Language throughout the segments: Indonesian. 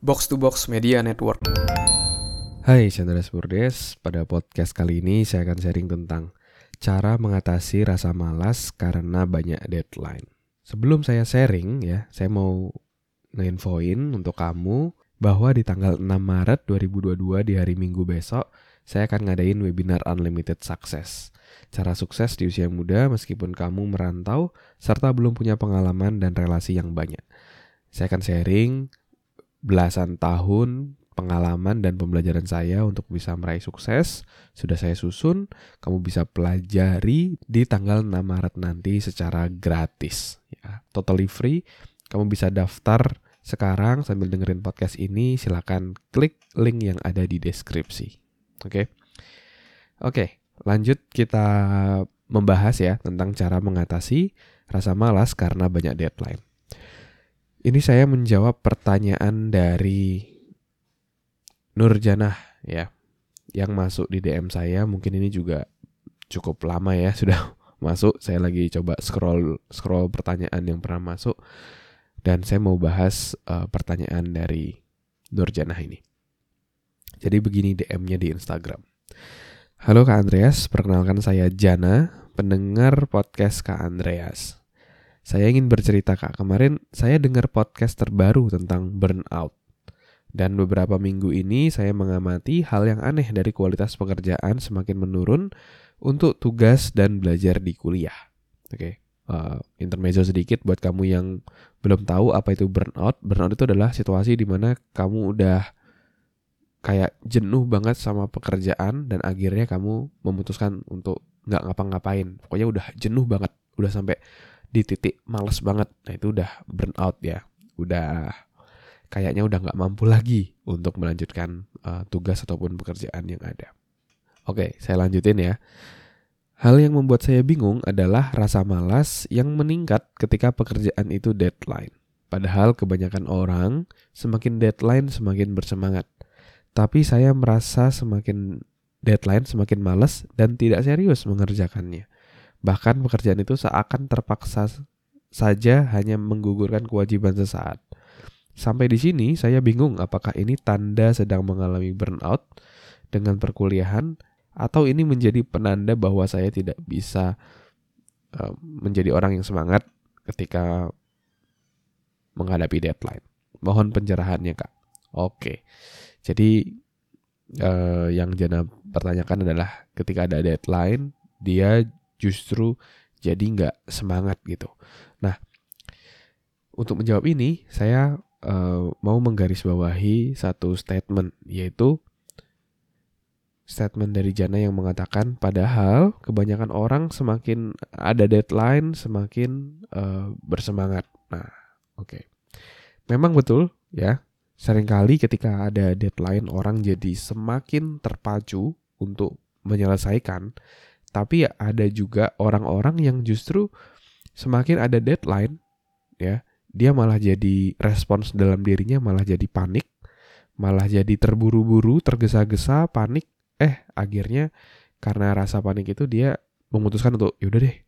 Box to Box Media Network. Hai, saya Andreas Burdes. Pada podcast kali ini saya akan sharing tentang cara mengatasi rasa malas karena banyak deadline. Sebelum saya sharing saya mau nge-infoin untuk kamu bahwa di tanggal 6 Maret 2022 di hari Minggu besok saya akan ngadain webinar Unlimited Success. Cara sukses di usia muda meskipun kamu merantau serta belum punya pengalaman dan relasi yang banyak. Saya akan sharing belasan tahun pengalaman dan pembelajaran saya untuk bisa meraih sukses. Sudah saya susun, kamu bisa pelajari di tanggal 6 Maret nanti secara gratis. Ya, totally free. Kamu bisa daftar sekarang sambil dengerin podcast ini. Silakan klik link yang ada di deskripsi. Oke, lanjut kita membahas ya tentang cara mengatasi rasa malas karena banyak deadline. Ini saya menjawab pertanyaan dari Nurjanah ya, yang masuk di DM saya. Mungkin ini juga cukup lama ya sudah masuk. Saya lagi coba scroll pertanyaan yang pernah masuk dan saya mau bahas pertanyaan dari Nurjanah ini. Jadi begini DM-nya di Instagram. Halo Kak Andreas, perkenalkan saya Jana, pendengar podcast Kak Andreas. Saya ingin bercerita Kak, kemarin saya dengar podcast terbaru tentang burnout. Dan beberapa minggu ini saya mengamati hal yang aneh dari kualitas pekerjaan semakin menurun untuk tugas dan belajar di kuliah. Intermezzo sedikit buat kamu yang belum tahu apa itu burnout. Burnout itu adalah situasi di mana kamu udah kayak jenuh banget sama pekerjaan dan akhirnya kamu memutuskan untuk nggak ngapa-ngapain. Pokoknya udah jenuh banget, udah sampai di titik males banget. Nah itu udah burnout ya. Udah kayaknya udah gak mampu lagi untuk melanjutkan tugas ataupun pekerjaan yang ada. Oke, saya lanjutin ya. Hal yang membuat saya bingung adalah rasa malas yang meningkat ketika pekerjaan itu deadline. Padahal kebanyakan orang semakin deadline semakin bersemangat. Tapi saya merasa semakin deadline semakin malas dan tidak serius mengerjakannya. Bahkan pekerjaan itu seakan terpaksa saja hanya menggugurkan kewajiban sesaat. Sampai di sini saya bingung apakah ini tanda sedang mengalami burnout dengan perkuliahan atau ini menjadi penanda bahwa saya tidak bisa menjadi orang yang semangat ketika menghadapi deadline. Mohon pencerahannya Kak. Oke, jadi yang Jana pertanyakan adalah ketika ada deadline dia justru jadi nggak semangat gitu. Nah, untuk menjawab ini saya mau menggarisbawahi satu statement, yaitu statement dari Jana yang mengatakan padahal kebanyakan orang semakin ada deadline semakin bersemangat. Nah, oke. Memang betul ya, seringkali ketika ada deadline orang jadi semakin terpacu untuk menyelesaikan. Tapi ada juga orang-orang yang justru semakin ada deadline ya, dia malah jadi respons dalam dirinya malah jadi panik, malah jadi terburu-buru, tergesa-gesa, panik. Akhirnya karena rasa panik itu dia memutuskan untuk yaudah deh,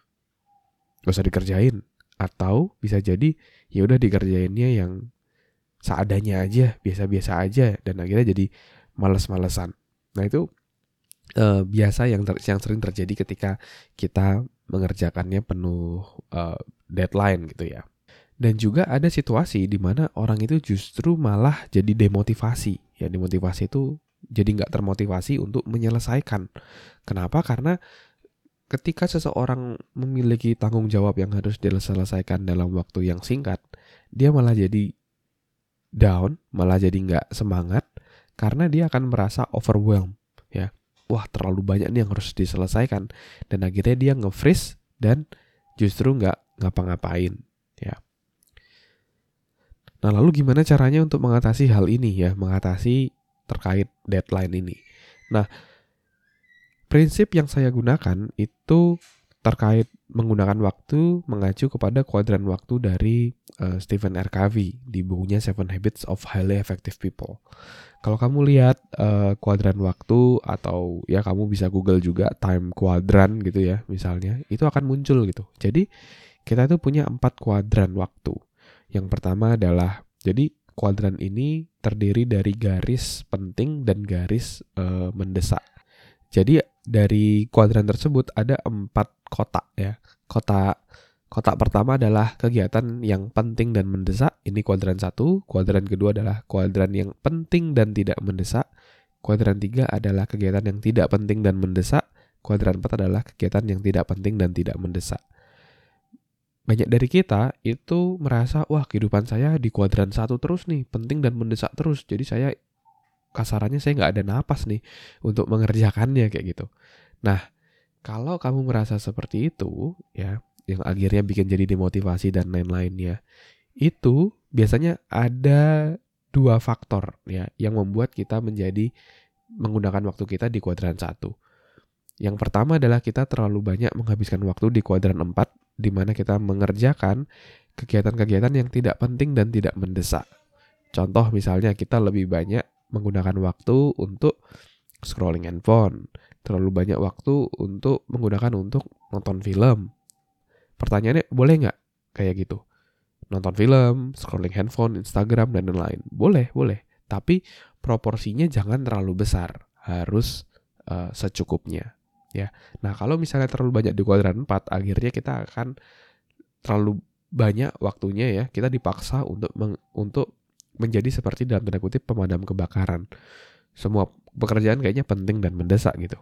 gak usah dikerjain. Atau bisa jadi yaudah dikerjainnya yang seadanya aja, biasa-biasa aja, dan akhirnya jadi malas-malesan. Nah itu biasa yang sering terjadi ketika kita mengerjakannya penuh deadline gitu ya. Dan juga ada situasi di mana orang itu justru malah jadi demotivasi. Ya demotivasi itu jadi nggak termotivasi untuk menyelesaikan. Kenapa? Karena ketika seseorang memiliki tanggung jawab yang harus diselesaikan dalam waktu yang singkat, dia malah jadi down, malah jadi nggak semangat karena dia akan merasa overwhelmed ya. Wah terlalu banyak nih yang harus diselesaikan. Dan akhirnya dia nge-freeze dan justru gak ngapa-ngapain ya. Nah lalu gimana caranya untuk mengatasi hal ini ya, mengatasi terkait deadline ini. Nah prinsip yang saya gunakan itu terkait menggunakan waktu mengacu kepada kuadran waktu dari Stephen R. Covey di bukunya 7 Habits of Highly Effective People. Kalau kamu lihat kuadran waktu atau ya kamu bisa Google juga time quadrant gitu ya misalnya, itu akan muncul gitu. Jadi kita tuh punya 4 kuadran waktu. Yang pertama adalah, jadi kuadran ini terdiri dari garis penting dan garis mendesak. Jadi dari kuadran tersebut ada 4 kotak ya. Kotak pertama adalah kegiatan yang penting dan mendesak. Ini kuadran 1. Kuadran kedua adalah kuadran yang penting dan tidak mendesak. Kuadran 3 adalah kegiatan yang tidak penting dan mendesak. Kuadran 4 adalah kegiatan yang tidak penting dan tidak mendesak. Banyak dari kita itu merasa, wah kehidupan saya di kuadran 1 terus nih, penting dan mendesak terus. Jadi kasarannya saya nggak ada napas nih untuk mengerjakannya kayak gitu. Nah, kalau kamu merasa seperti itu, ya, yang akhirnya bikin jadi demotivasi dan lain-lainnya, itu biasanya ada 2 faktor ya yang membuat kita menggunakan waktu kita di kuadran 1. Yang pertama adalah kita terlalu banyak menghabiskan waktu di kuadran 4, di mana kita mengerjakan kegiatan-kegiatan yang tidak penting dan tidak mendesak. Contoh misalnya kita lebih banyak menggunakan waktu untuk scrolling handphone, terlalu banyak waktu menggunakan untuk nonton film. Pertanyaannya, boleh nggak kayak gitu? Nonton film, scrolling handphone, Instagram, dan lain-lain. Boleh. Tapi proporsinya jangan terlalu besar. Harus secukupnya. Ya. Nah, kalau misalnya terlalu banyak di kuadran 4, akhirnya kita akan terlalu banyak waktunya ya, kita dipaksa untuk menjadi seperti dalam tanda kutip pemadam kebakaran. Semua pekerjaan kayaknya penting dan mendesak gitu.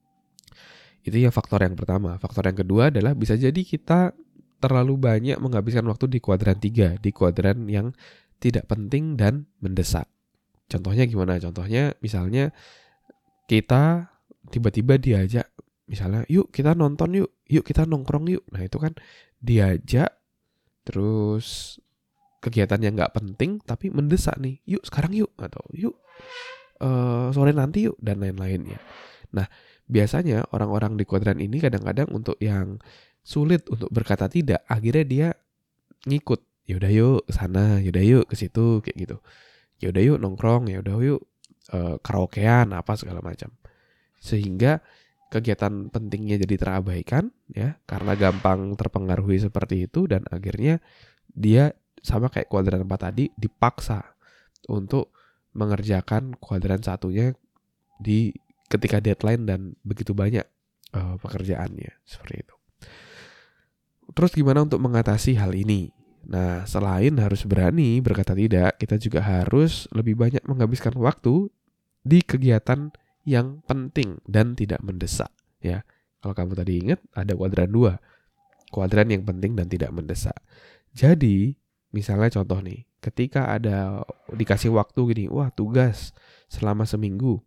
Itu ya faktor yang pertama. Faktor yang kedua adalah bisa jadi kita terlalu banyak menghabiskan waktu di kuadran 3, di kuadran yang tidak penting dan mendesak. Contohnya gimana? Contohnya misalnya kita tiba-tiba diajak, misalnya yuk kita nonton yuk kita nongkrong yuk. Nah itu kan diajak, terus kegiatan yang nggak penting tapi mendesak nih, yuk sekarang yuk, atau yuk sore nanti yuk, dan lain-lainnya. Nah biasanya orang-orang di kuadran ini kadang-kadang untuk yang sulit untuk berkata tidak, akhirnya dia ngikut, yaudah yuk sana, yaudah yuk ke situ kayak gitu, yaudah yuk nongkrong, yaudah yuk karaokean apa segala macam, sehingga kegiatan pentingnya jadi terabaikan ya karena gampang terpengaruhi seperti itu, dan akhirnya dia sama kayak kuadran 4 tadi dipaksa untuk mengerjakan kuadran 1-nya ketika deadline dan begitu banyak pekerjaannya seperti itu. Terus gimana untuk mengatasi hal ini? Nah, selain harus berani berkata tidak, kita juga harus lebih banyak menghabiskan waktu di kegiatan yang penting dan tidak mendesak ya. Kalau kamu tadi ingat ada kuadran 2, kuadran yang penting dan tidak mendesak. Jadi misalnya contoh nih, ketika ada dikasih waktu gini, wah tugas selama seminggu,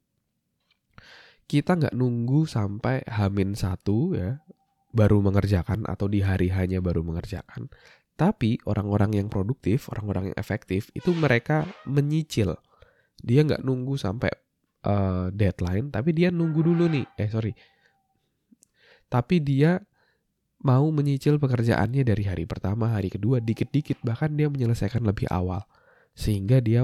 kita nggak nunggu sampai H-1 ya baru mengerjakan atau di hari hanya baru mengerjakan. Tapi orang-orang yang produktif, orang-orang yang efektif itu mereka menyicil. Dia nggak nunggu sampai deadline, tapi dia nunggu dulu nih. Tapi dia mau menyicil pekerjaannya dari hari pertama, hari kedua, dikit-dikit, bahkan dia menyelesaikan lebih awal, sehingga dia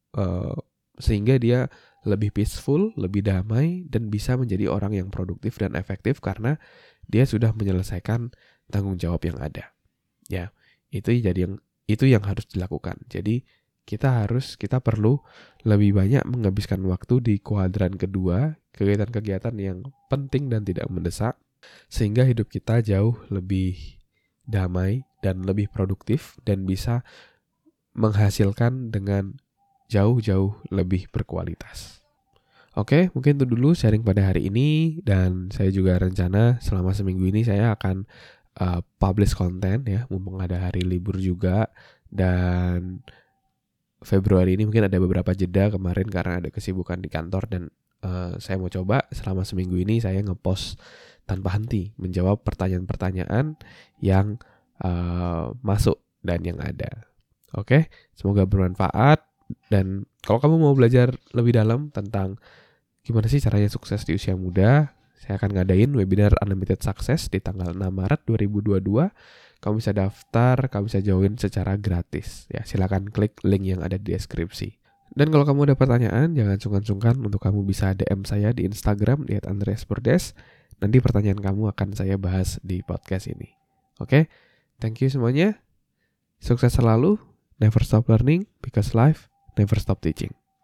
lebih peaceful, lebih damai, dan bisa menjadi orang yang produktif dan efektif karena dia sudah menyelesaikan tanggung jawab yang ada. Ya, itu yang harus dilakukan. Jadi kita perlu lebih banyak menghabiskan waktu di kuadran kedua, kegiatan-kegiatan yang penting dan tidak mendesak, sehingga hidup kita jauh lebih damai dan lebih produktif dan bisa menghasilkan dengan jauh-jauh lebih berkualitas. Oke, mungkin itu dulu sharing pada hari ini, dan saya juga rencana selama seminggu ini saya akan publish konten ya, mumpung ada hari libur juga, dan Februari ini mungkin ada beberapa jeda kemarin karena ada kesibukan di kantor, dan saya mau coba selama seminggu ini saya ngepost tanpa henti menjawab pertanyaan-pertanyaan yang masuk dan yang ada. Oke, semoga bermanfaat. Dan kalau kamu mau belajar lebih dalam tentang gimana sih caranya sukses di usia muda, saya akan ngadain webinar Unlimited Success di tanggal 6 Maret 2022. Kamu bisa daftar, kamu bisa join secara gratis. Ya, silakan klik link yang ada di deskripsi. Dan kalau kamu ada pertanyaan, jangan sungkan-sungkan untuk kamu bisa DM saya di Instagram @andreasburdes. Nanti pertanyaan kamu akan saya bahas di podcast ini. Oke, thank you semuanya. Sukses selalu never stop learning because life never stop teaching.